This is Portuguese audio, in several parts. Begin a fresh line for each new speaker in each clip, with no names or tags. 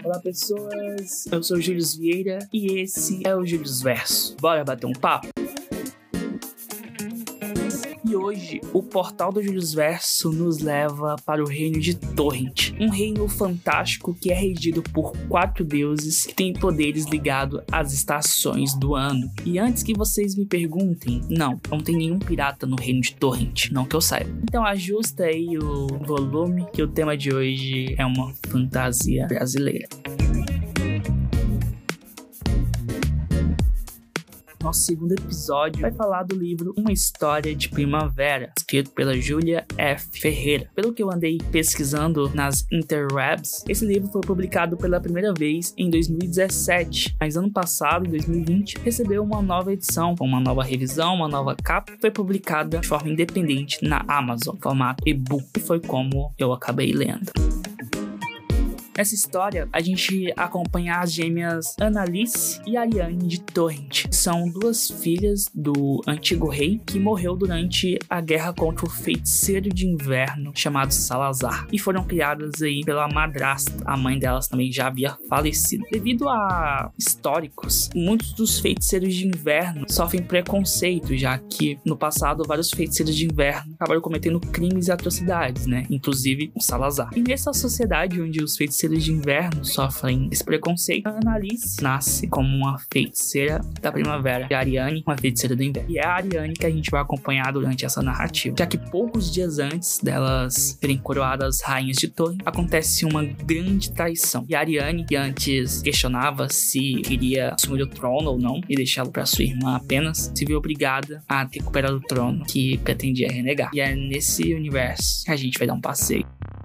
Olá pessoas, eu sou o Júlio Vieira e esse é o Júlio Verso. Bora bater um papo? E hoje, o portal do Júlio Verso nos leva para o reino de Torrent, um reino fantástico que é regido por 4 deuses que têm poderes ligados às estações do ano. E antes que vocês me perguntem, não tem nenhum pirata no reino de Torrent, não que eu saiba. Então ajusta aí o volume, que o tema de hoje é uma fantasia brasileira. Nosso segundo episódio vai falar do livro Uma História de Primavera, escrito pela Júlia F. Ferreira. Pelo que eu andei pesquisando nas interwebs, esse livro foi publicado pela primeira vez em 2017, mas ano passado, em 2020, recebeu uma nova edição, com uma nova revisão, uma nova capa, foi publicada de forma independente na Amazon, formato e-book, e foi como eu acabei lendo. Nessa história, a gente acompanha as gêmeas Annalise e Ariane de Torrent. São 2 filhas do antigo rei que morreu durante a guerra contra o feiticeiro de inverno chamado Salazar. E foram criadas aí pela madrasta. A mãe delas também já havia falecido. Devido a históricos, muitos dos feiticeiros de inverno sofrem preconceito, já que no passado vários feiticeiros de inverno acabaram cometendo crimes e atrocidades, né? Inclusive o Salazar. E nessa sociedade onde os feiticeiros de inverno sofrem esse preconceito, a Annalise nasce como uma feiticeira da primavera e a Ariane uma feiticeira do inverno. E é a Ariane que a gente vai acompanhar durante essa narrativa, já que poucos dias antes delas serem coroadas rainhas de Torrent, acontece uma grande traição. E a Ariane, que antes questionava se queria assumir o trono ou não e deixá-lo para sua irmã apenas, se viu obrigada a recuperar o trono que pretendia renegar. E é nesse universo que a gente vai dar um passeio.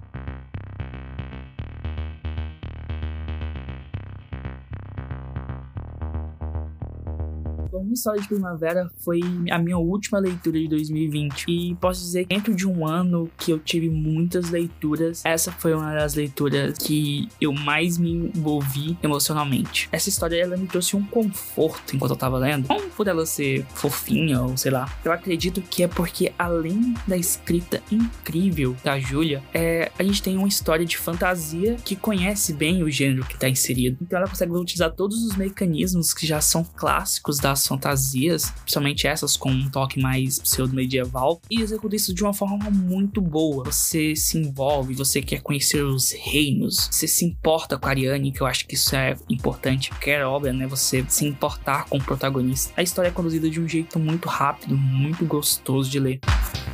Uma História de Primavera foi a minha última leitura de 2020 e posso dizer que dentro de um ano que eu tive muitas leituras, essa foi uma das leituras que eu mais me envolvi emocionalmente. Essa história, ela me trouxe um conforto enquanto eu tava lendo, não por ela ser fofinha ou sei lá, eu acredito que é porque além da escrita incrível da Júlia, a gente tem uma história de fantasia que conhece bem o gênero que tá inserido, então ela consegue utilizar todos os mecanismos que já são clássicos das fantasias, principalmente essas com um toque mais pseudo-medieval, e executa isso de uma forma muito boa. Você se envolve, você quer conhecer os reinos, você se importa com a Ariane, que eu acho que isso é importante, qualquer obra, né, você se importar com o protagonista. A história é conduzida de um jeito muito rápido, muito gostoso de ler.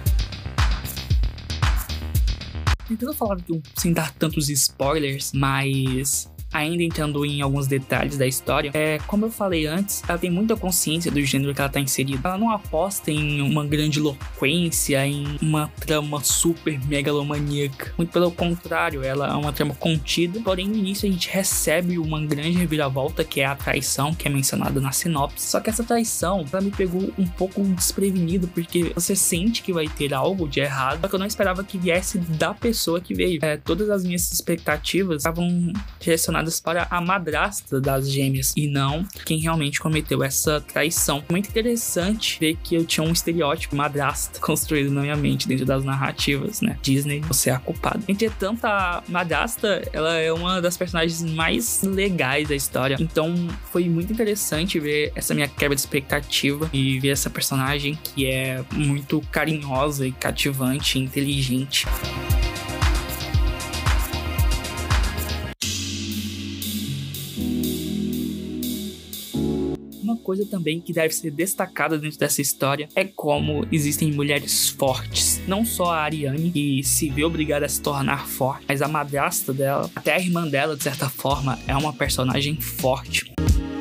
Tentando falar aqui sem dar tantos spoilers, mas ainda entrando em alguns detalhes da história, como eu falei antes, ela tem muita consciência do gênero que ela tá inserida. Ela não aposta em uma grandiloquência, em uma trama super megalomaníaca. Muito pelo contrário, ela é uma trama contida, porém no início a gente recebe uma grande reviravolta, que é a traição, que é mencionada na sinopse. Só que essa traição, ela me pegou um pouco desprevenido, porque você sente que vai ter algo de errado, só que eu não esperava que viesse da pessoa que veio. Todas as minhas expectativas estavam direcionadas para a madrasta das gêmeas e não quem realmente cometeu essa traição. Muito interessante ver que eu tinha um estereótipo madrasta construído na minha mente dentro das narrativas, né? Disney, você é a culpada. Entretanto, a madrasta, ela é uma das personagens mais legais da história, então foi muito interessante ver essa minha quebra de expectativa e ver essa personagem que é muito carinhosa e cativante e inteligente. Uma coisa também que deve ser destacada dentro dessa história é como existem mulheres fortes. Não só a Ariane, que se vê obrigada a se tornar forte, mas a madrasta dela, até a irmã dela, de certa forma, é uma personagem forte.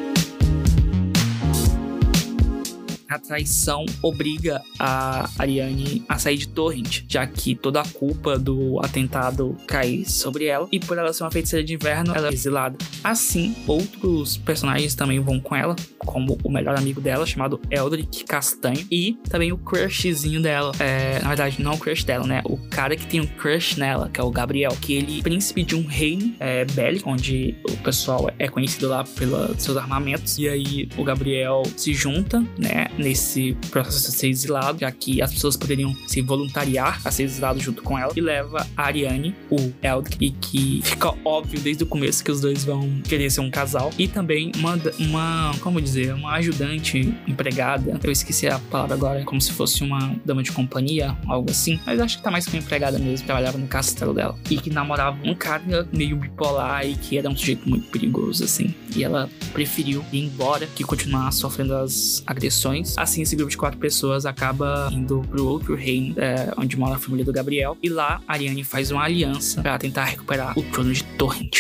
A traição obriga a Ariane a sair de Torrent, já que toda a culpa do atentado cai sobre ela, e por ela ser uma feiticeira de inverno, ela é exilada. Assim, outros personagens também vão com ela, como o melhor amigo dela, chamado Eldrick Castanho, e também o crushzinho dela. Na verdade, não o crush dela, né? O cara que tem um crush nela, que é o Gabriel, que ele é príncipe de um reino bélico, onde o pessoal é conhecido lá pelos seus armamentos, e aí o Gabriel se junta, né, nesse processo de ser exilado, já que as pessoas poderiam se voluntariar a ser exilado junto com ela, e leva a Ariane, o Eldrick, e que fica óbvio desde o começo que os dois vão querer ser um casal, e também uma ajudante empregada, eu esqueci a palavra agora, como se fosse uma dama de companhia, algo assim, mas acho que tá mais como empregada mesmo, trabalhava no castelo dela, e que namorava um cara meio bipolar e que era um sujeito muito perigoso, assim, e ela preferiu ir embora que continuar sofrendo as agressões. Assim, esse grupo de 4 pessoas acaba indo pro outro reino, onde mora a família do Gabriel, e lá a Ariane faz uma aliança pra tentar recuperar o trono de Torrent.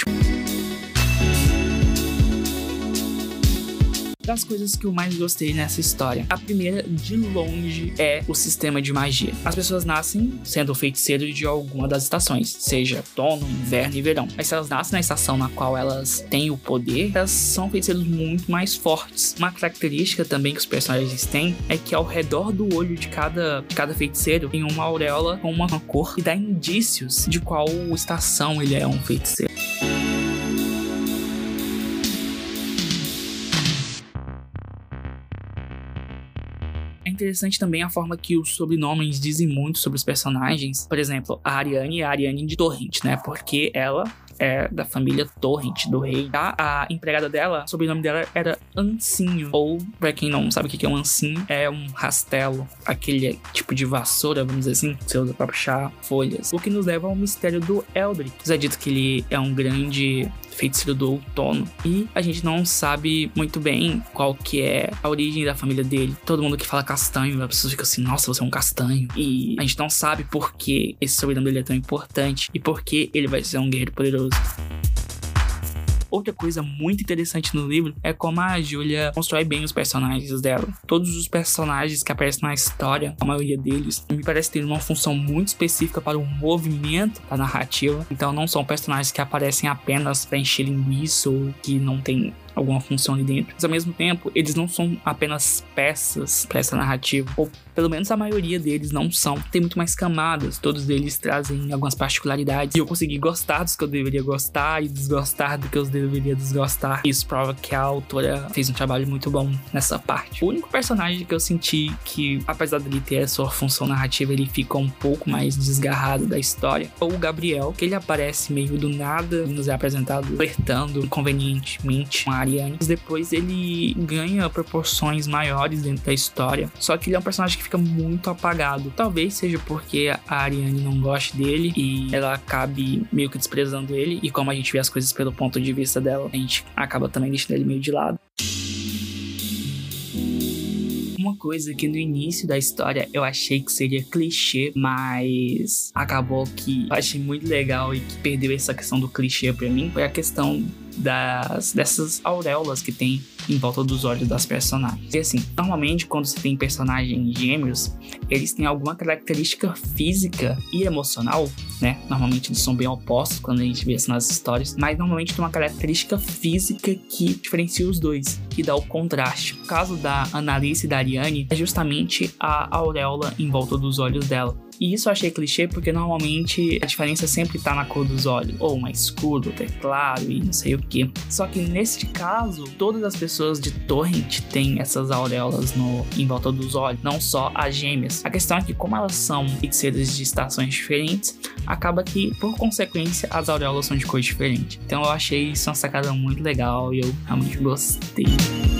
Das coisas que eu mais gostei nessa história, a primeira, de longe, é o sistema de magia. As pessoas nascem sendo feiticeiros de alguma das estações, seja outono, inverno e verão. Mas se elas nascem na estação na qual elas têm o poder, elas são feiticeiros muito mais fortes. Uma característica também que os personagens têm é que ao redor do olho de cada feiticeiro tem uma auréola com uma cor que dá indícios de qual estação ele é um feiticeiro. É interessante também a forma que os sobrenomes dizem muito sobre os personagens. Por exemplo, a Ariane é a Ariane de Torrent, né? Porque ela é da família Torrent, do rei. A empregada dela, o sobrenome dela era Ancinho. Ou, pra quem não sabe o que é um ancinho, é um rastelo. Aquele tipo de vassoura, vamos dizer assim, que você usa pra puxar folhas. O que nos leva ao mistério do Eldrick. É dito que ele é um grande feiticeiro do outono, e a gente não sabe muito bem qual que é a origem da família dele. Todo mundo que fala castanho, a pessoa fica assim, nossa, você é um castanho. E a gente não sabe por que esse sobrenome dele é tão importante e por que ele vai ser um guerreiro poderoso. Outra coisa muito interessante no livro é como a Julia constrói bem os personagens dela. Todos os personagens que aparecem na história, a maioria deles, me parece ter uma função muito específica para o movimento da narrativa. Então não são personagens que aparecem apenas para encher linguiça ou que não tem alguma função ali dentro. Mas ao mesmo tempo, eles não são apenas peças para essa narrativa, ou pelo menos a maioria deles não são. Tem muito mais camadas, todos eles trazem algumas particularidades, e eu consegui gostar dos que eu deveria gostar e desgostar do que eu deveria desgostar. Isso prova que a autora fez um trabalho muito bom nessa parte. O único personagem que eu senti que, apesar dele ter a sua função narrativa, ele fica um pouco mais desgarrado da história, é o Gabriel, que ele aparece meio do nada, nos é apresentado flertando inconvenientemente com a Ariane. Depois ele ganha proporções maiores dentro da história, só que ele é um personagem que fica muito apagado. Talvez seja porque a Ariane não goste dele e ela acabe meio que desprezando ele, e como a gente vê as coisas pelo ponto de vista dela, a gente acaba também deixando ele meio de lado. Uma coisa que no início da história eu achei que seria clichê, mas acabou que eu achei muito legal e que perdeu essa questão do clichê pra mim, foi a questão dessas auréolas que tem em volta dos olhos das personagens. E assim, normalmente quando você tem personagens gêmeos, eles têm alguma característica física e emocional, né? Normalmente eles são bem opostos quando a gente vê isso nas histórias, mas normalmente tem uma característica física que diferencia os dois, que dá o contraste. No caso da Annalise e da Ariane, é justamente a auréola em volta dos olhos dela. E isso eu achei clichê porque normalmente a diferença sempre tá na cor dos olhos, ou mais escuro, ou claro e não sei o que. Só que neste caso, todas as pessoas de Torrent têm essas auréolas em volta dos olhos, não só as gêmeas. A questão é que como elas são feiticeiras de estações diferentes, acaba que, por consequência, as auréolas são de cor diferente. Então eu achei isso uma sacada muito legal e eu realmente gostei.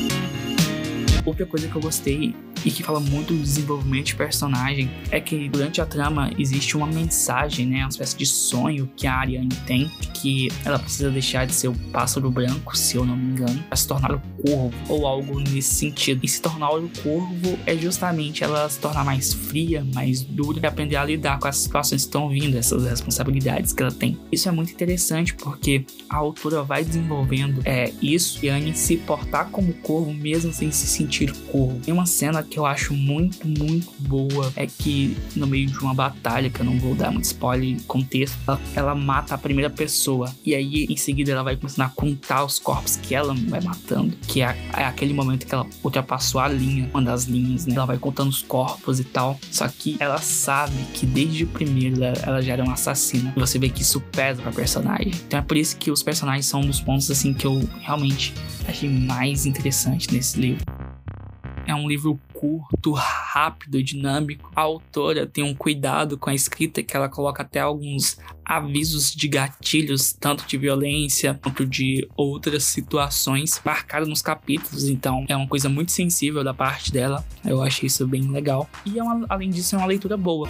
Outra coisa que eu gostei e que fala muito do desenvolvimento de personagem é que durante a trama existe uma mensagem, né, uma espécie de sonho que a Ariane tem, que ela precisa deixar de ser o pássaro branco, se eu não me engano, para se tornar o corvo, ou algo nesse sentido. E se tornar o corvo é justamente ela se tornar mais fria, mais dura, e aprender a lidar com as situações que estão vindo, essas responsabilidades que ela tem. Isso é muito interessante porque a autora vai desenvolvendo isso, e a Anne se portar como corvo mesmo sem se sentir corvo. Tem uma cena que eu acho muito, muito boa, é que no meio de uma batalha, que eu não vou dar muito spoiler, contexto, ela mata a primeira pessoa, e aí em seguida ela vai começar a contar os corpos que ela vai matando, que é aquele momento que ela ultrapassou a linha, uma das linhas, né? Ela vai contando os corpos e tal, só que ela sabe que desde o primeiro ela já era uma assassina, e você vê que isso pesa pra personagem. Então é por isso que os personagens são um dos pontos assim que eu realmente achei mais interessante nesse livro. É um livro curto, rápido, dinâmico. A autora tem um cuidado com a escrita que ela coloca até alguns avisos de gatilhos, tanto de violência quanto de outras situações marcadas nos capítulos. Então é uma coisa muito sensível da parte dela. Eu achei isso bem legal. E além disso, é uma leitura boa.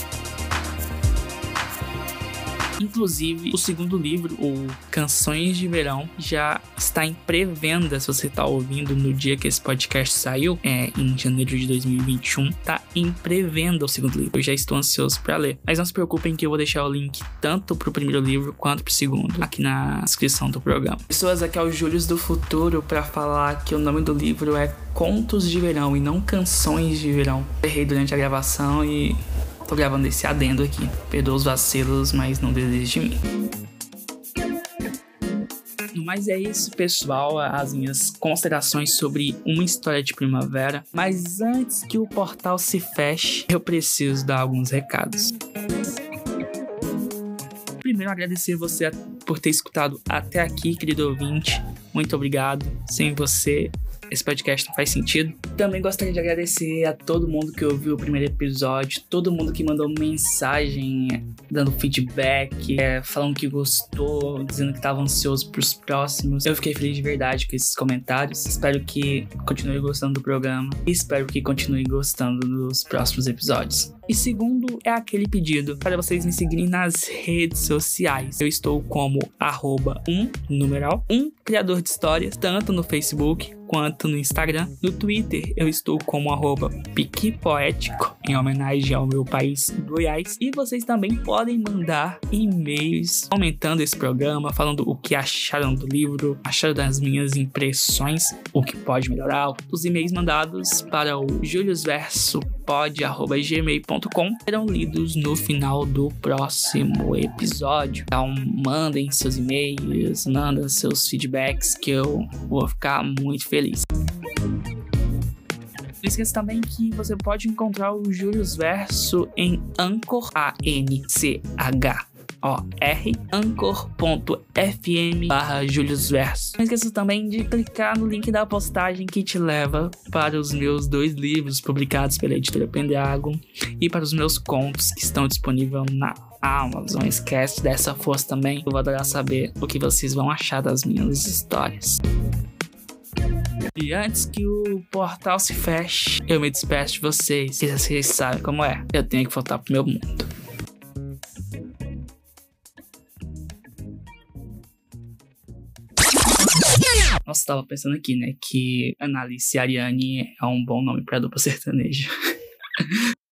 Inclusive, o segundo livro, o Canções de Verão, já está em pré-venda. Se você está ouvindo no dia que esse podcast saiu, em janeiro de 2021, tá em pré-venda o segundo livro. Eu já estou ansioso para ler. Mas não se preocupem que eu vou deixar o link tanto pro primeiro livro quanto pro segundo aqui na descrição do programa. Pessoas, aqui é o Július do Futuro para falar que o nome do livro é Contos de Verão e não Canções de Verão. Errei durante a gravação e tô gravando esse adendo aqui. Perdoa os vacilos, mas não desiste de mim. Mas é isso, pessoal, as minhas considerações sobre Uma História de Primavera. Mas antes que o portal se feche, eu preciso dar alguns recados. Primeiro, agradecer você por ter escutado até aqui, querido ouvinte. Muito obrigado. Sem você, esse podcast não faz sentido. Também gostaria de agradecer a todo mundo que ouviu o primeiro episódio, todo mundo que mandou mensagem, dando feedback, falando que gostou, dizendo que estava ansioso pros próximos. Eu fiquei feliz de verdade com esses comentários. Espero que continue gostando do programa e espero que continue gostando dos próximos episódios. E segundo, é aquele pedido para vocês me seguirem nas redes sociais. Eu estou como @um criador de histórias, tanto no Facebook quanto no Instagram. No Twitter, eu estou como @piquipoético, em homenagem ao meu país, Goiás. E vocês também podem mandar e-mails comentando esse programa, falando o que acharam do livro, acharam das minhas impressões, o que pode melhorar. Os e-mails mandados para o juliusversopod@gmail.com serão lidos no final do próximo episódio. Então mandem seus e-mails, mandem seus feedbacks que eu vou ficar muito feliz. Não esqueça também que você pode encontrar o Julius Verso em Anchor, anchor.fm/JuliusVerso. Não esqueça também de clicar no link da postagem que te leva para os meus 2 livros publicados pela editora Pendragon e para os meus contos que estão disponíveis na Amazon. Esquece dessa força também. Eu vou adorar saber o que vocês vão achar das minhas histórias. E antes que o portal se feche, eu me despeço de vocês. E vocês sabem como é. Eu tenho que voltar pro meu mundo. Nossa, tava pensando aqui, né, que Analice Ariane é um bom nome pra dupla sertaneja.